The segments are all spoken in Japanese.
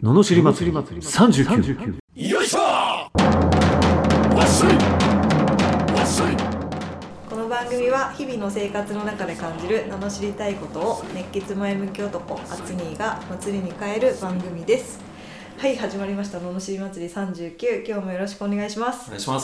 ののしり祭り39。 よいしょわっしょいわっしょい。 この番組は日々の生活の中で感じる名の知りたいことを熱血前向き男アツニーが祭りに変える番組です。はい、始まりましたののしり祭り39。今日もよろしくお願いします。 お願いします。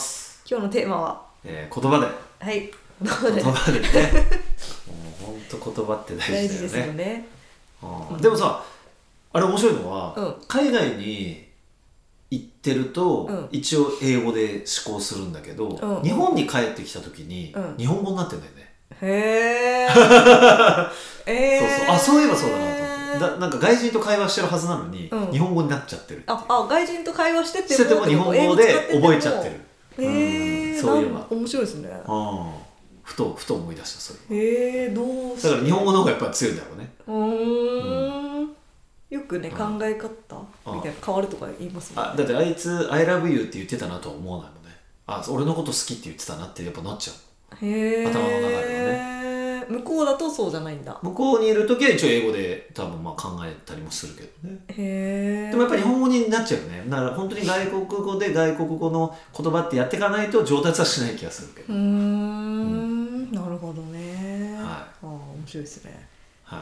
今日のテーマは、 言葉で。 はい、 言葉でね。もう本当言葉って大事だよね。 大事ですよね。 でもさ、あれ面白いのは、海外に行ってると、一応英語で思考するんだけど、日本に帰ってきた時に、日本語になってんだよね。 へーそうそう、そういえばそうだなと思って。なんか外人と会話してるはずなのに、日本語になっちゃってるっていう。 外人と会話してても日本語で覚えちゃってる。そういえば面白いですね。 ふと思い出した。それどうしてだから日本語の方がやっぱり強いんだろうね。 よくね、考え方みたいな変わるとか言いますもんね。 だってあいつ I love you って言ってたなとは思わないもんね。俺のこと好きって言ってたなってやっぱなっちゃう。頭の中ではね。 向こうだとそうじゃないんだ。 向こうにいる時は一応英語で多分まあ考えたりもするけどね。 でもやっぱり日本語になっちゃうよね。だから本当に外国語で外国語の言葉ってやっていかないと上達はしない気がするけど。 なるほどね。面白いですね。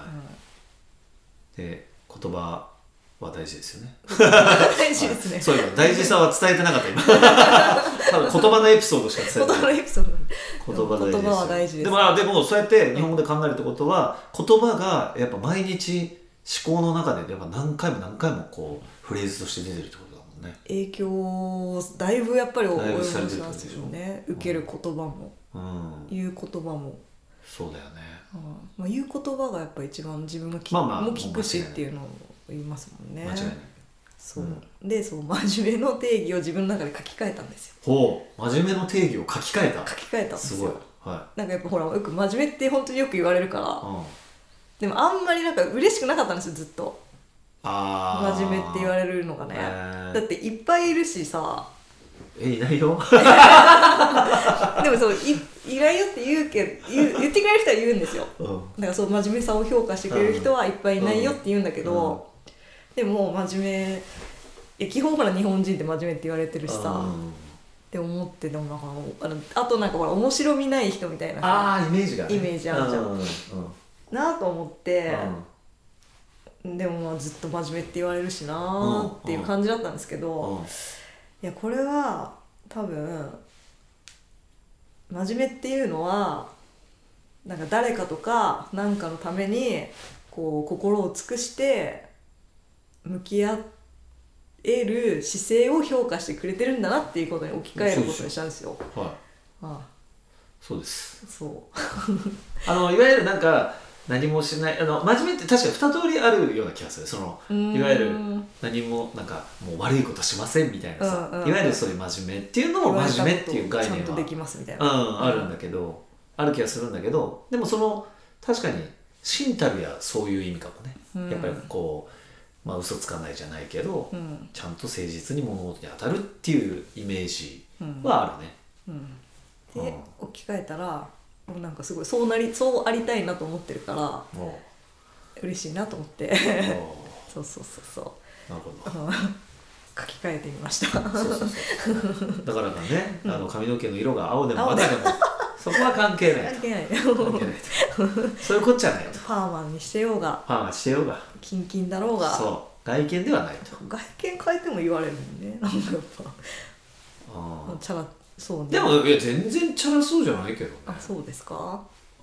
で、言葉は大事ですよね。 大事ですね。 そういうの大事さは伝えてなかった今。多分言葉のエピソードしか伝えてない。 言葉のエピソード。 言葉は大事です。でもそうやって日本語で考えるってことは、言葉がやっぱ毎日思考の中でやっぱ何回もこうフレーズとして出てるってことだもんね。 影響をだいぶやっぱり及ぼしますよね。受ける言葉も、言う言葉も。 そうだよね。 言う言葉がやっぱ一番自分が聞くしっていうのを言いますもんね。 間違いない。 そうで、真面目の定義を自分の中で書き換えたんですよ。 真面目の定義を書き換えたんですよ。 すごい。なんかやっぱほら、よく真面目って本当によく言われるから、でもあんまりなんか嬉しくなかったんですよ、ずっと。真面目って言われるのがね。だっていっぱいいるしさ。 いないよ。 でもそう、いないよって言ってくれる人は言うんですよ。だからそう真面目さを評価してくれる人はいっぱいいないよって言うんだけど、でも真面目、基本から日本人って真面目って言われてるしさ、って思って。でもなんかあとなんかほら面白みない人みたいなイメージがね、 イメージあるじゃん、なと思って、でもずっと真面目って言われるしなっていう感じだったんですけど、いやこれは多分真面目っていうのはなんか誰かとか何かのためにこう心を尽くして向き合える姿勢を評価してくれてるんだなっていうことに置き換えることにしたんですよ。 そうです。 そういわゆるなんか何もしない、真面目って確か2通りあるような気がする。いわゆる何もなんかもう悪いことしませんみたいなさ、いわゆるそういう真面目っていうのも真面目っていう概念はちゃんとできますみたいな、 あるんだけど、ある気がするんだけど、でも確かに真たるやそういう意味かもね。やっぱりこう嘘つかないじゃないけど、ちゃんと誠実に物事に当たるっていうイメージはあるね。 で置き換えたらなんかすごいそうありたいなと思ってるから嬉しいなと思ってそうなるほど。 書き換えてみました。 だからね、髪の毛の色が青でも赤でもそこは関係ない。そういうこっちゃないと。 パーマンにしてようがキンキンだろうが、 外見ではないと。 外見変えても言われるもんね。なんかやっぱチャラそうね。 でも全然チャラそうじゃないけどね。 そうですか。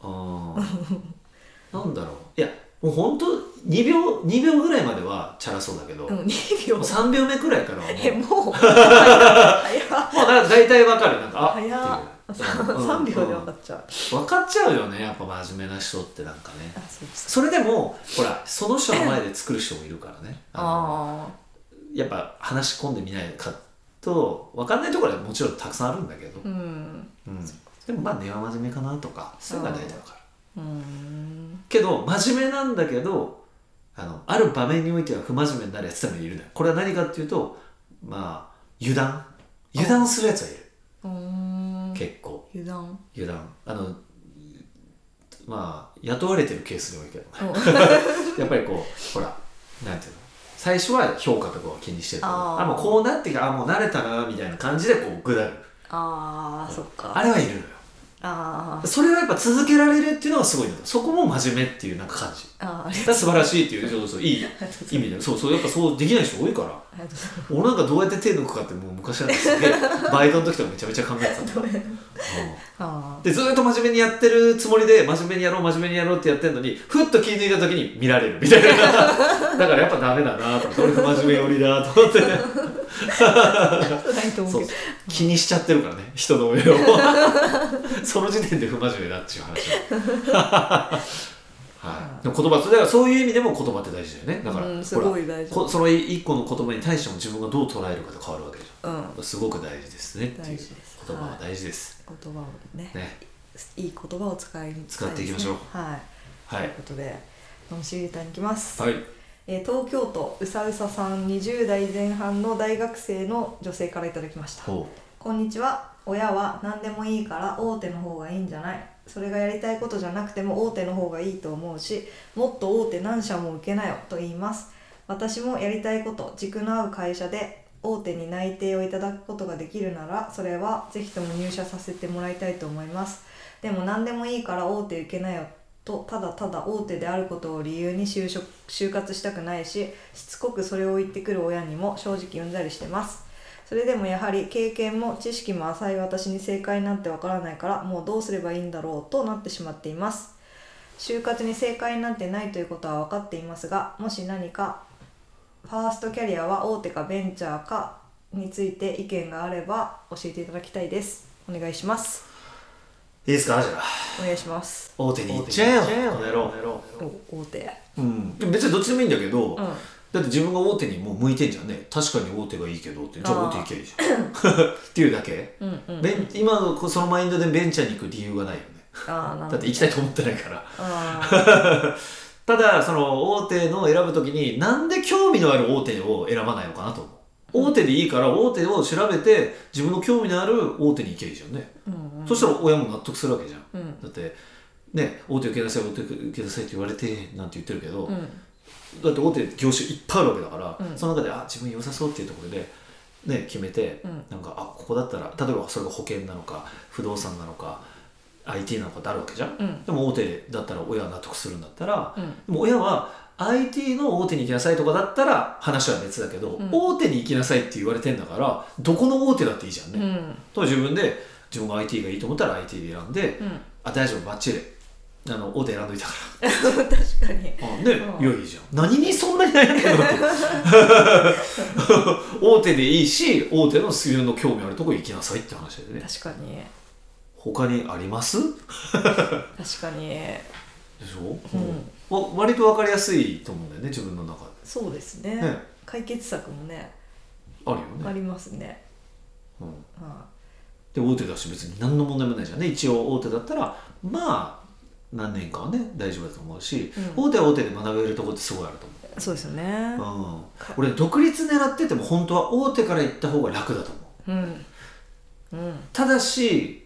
なんだろう。いやもうほんと2秒ぐらいまではチャラそうだけど、 2秒 3秒目くらいからはもうなんか大体わかる。なんか早っ。3秒で分かっちゃう。 分かっちゃうよね、やっぱ真面目な人ってなんかね。それでもほらその人の前で作る人もいるからね。やっぱ話し込んでみないかと分かんないところはもちろんたくさんあるんだけど、でも根は真面目かなとかそういうのが大体分かる。けど真面目なんだけどある場面においては不真面目になるやつってのがいるんだよ。これは何かっていうと油断するやつはいる。結構油断雇われてるケースで多いけどねやっぱりこうほらなんていうの最初は評価とかを気にしてるけど、もうこうなってきてもう慣れたなみたいな感じでこう下る。 そっか。 あれはいるのよ。それはやっぱ続けられるっていうのがすごいんだ。そこも真面目っていうなんか感じ。素晴らしいっていうそういい意味で、そうやっぱそうできない人多いから。俺なんかどうやって手抜くかってもう昔なんですげえバイトの時とかめちゃめちゃ考えてたんだよ。でずっと真面目にやってるつもりで真面目にやろうってやってるのにふっと気づいた時に見られるみたいなだからやっぱダメだなと思って俺が真面目寄りだと思ってそう気にしちゃってるからね人の上をその時点で不真面目だっていう話でも言葉だからそういう意味でも言葉って大事だよね。だからすごい大事。 その一個の言葉に対しても自分がどう捉えるかで変わるわけじゃん。すごく大事ですねっていう。言葉は大事です。 言葉をねいい言葉を使っていきましょう。ということでのしりたに行きます。東京都うさうささん20代前半の大学生の女性からいただきました。こんにちは。親は何でもいいから大手の方がいいんじゃない。それがやりたいことじゃなくても大手の方がいいと思うし、もっと大手何社も受けなよと言います。私もやりたいこと、軸の合う会社で大手に内定をいただくことができるなら、それはぜひとも入社させてもらいたいと思います。でも何でもいいから大手受けなよとただただ大手であることを理由に就活したくないし、しつこくそれを言ってくる親にも正直うんざりしてます。それでもやはり経験も知識も浅い私に正解なんてわからないから、もうどうすればいいんだろうとなってしまっています。就活に正解なんてないということは分かっていますが、もし何かファーストキャリアは大手かベンチャーかについて意見があれば教えていただきたいです。お願いします。 いいですか。じゃあお願いします。 大手に行っちゃえよこの野郎。 大手別にどっちでもいいんだけど、だって自分が大手にもう向いてんじゃんね。確かに大手がいいけどって、じゃあ大手行けばいいじゃんっていうだけ。今のそのマインドでベンチャーに行く理由がないよね。だって行きたいと思ってないからただその大手の選ぶときになんで興味のある大手を選ばないのかなと思う。大手でいいから大手を調べて自分の興味のある大手に行けばいいじゃんね。そしたら親も納得するわけじゃん。だってね、大手受けなさい大手受けなさいって言われてなんて言ってるけど、だって大手業種いっぱいあるわけだから、その中で自分良さそうっていうところで、ね、決めて、なんかここだったら例えばそれが保険なのか不動産なのか IT なのかってあるわけじゃん。でも大手だったら親は納得するんだったら、でも親は IT の大手に行きなさいとかだったら話は別だけど、大手に行きなさいって言われてんだからどこの大手だっていいじゃんね。と自分が IT がいいと思ったら IT で選んで、大丈夫バッチリ大手選んどいたから確かにいやいいじゃん。何にそんなに悩んでるのって大手でいいし大手の自分の興味あるとこ行きなさいって話でね。 確かに。 他にあります確かにでしょ、割と分かりやすいと思うんだよね自分の中で。 そうですね。解決策もねあるよね。 ありますね。 で大手だし別に何の問題もないじゃんね。一応大手だったらまあ何年かはね大丈夫だと思うし、大手は大手で学べるところってすごいあると思う。そうですよね。俺独立狙ってても本当は大手から行った方が楽だと思う。ただし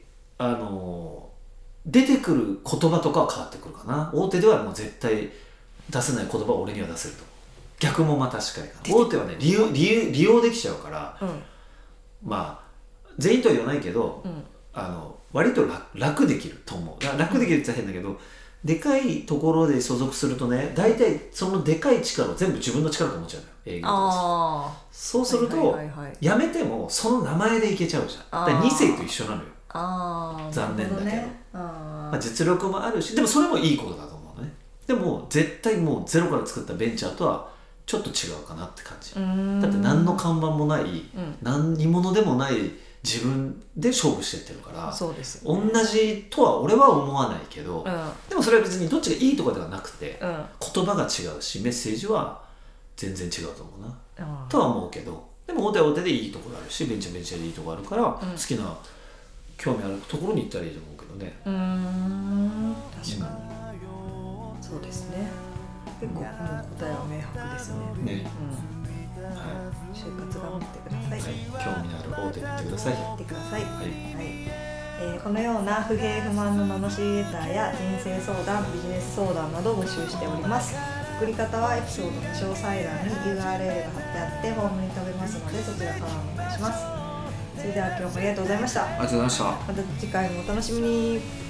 出てくる言葉とかは変わってくるかな。大手ではもう絶対出せない言葉を俺には出せると思う。逆もまたしかりかな。大手はね利用できちゃうから、まあ全員とは言わないけど、割と楽できると思う。楽できるって言ったら変だけど、でかいところで所属するとね、大体そのでかい力を全部自分の力と思っちゃうのよ、営業とか。そうすると、辞めてもその名前でいけちゃうじゃん。だから2世と一緒なのよ。残念だけど、まあ、実力もあるし、でもそれもいいことだと思うのね。でも絶対もうゼロから作ったベンチャーとはちょっと違うかなって感じ。だって何の看板もない、何にものでもない自分で勝負してってるから、そうですよね、同じとは俺は思わないけど、でもそれは別にどっちがいいとかではなくて、言葉が違うしメッセージは全然違うと思うな、とは思うけど、でも大手は大手でいいところあるし、ベンチャーでいいところあるから、好きな興味あるところに行ったらいいと思うけどね。確かに、そうですね。結構もう答えは明白ですね。就活頑張ってください。興味のある大手に行ってください。行ってください。このような不平不満の罵りレターや人生相談、ビジネス相談などを募集しております。 送り方はエピソードの詳細欄に URL が貼ってあってフォームに飛べますのでそちらからお願いします。それでは今日もありがとうございました。 ありがとうございました。 また次回もお楽しみに。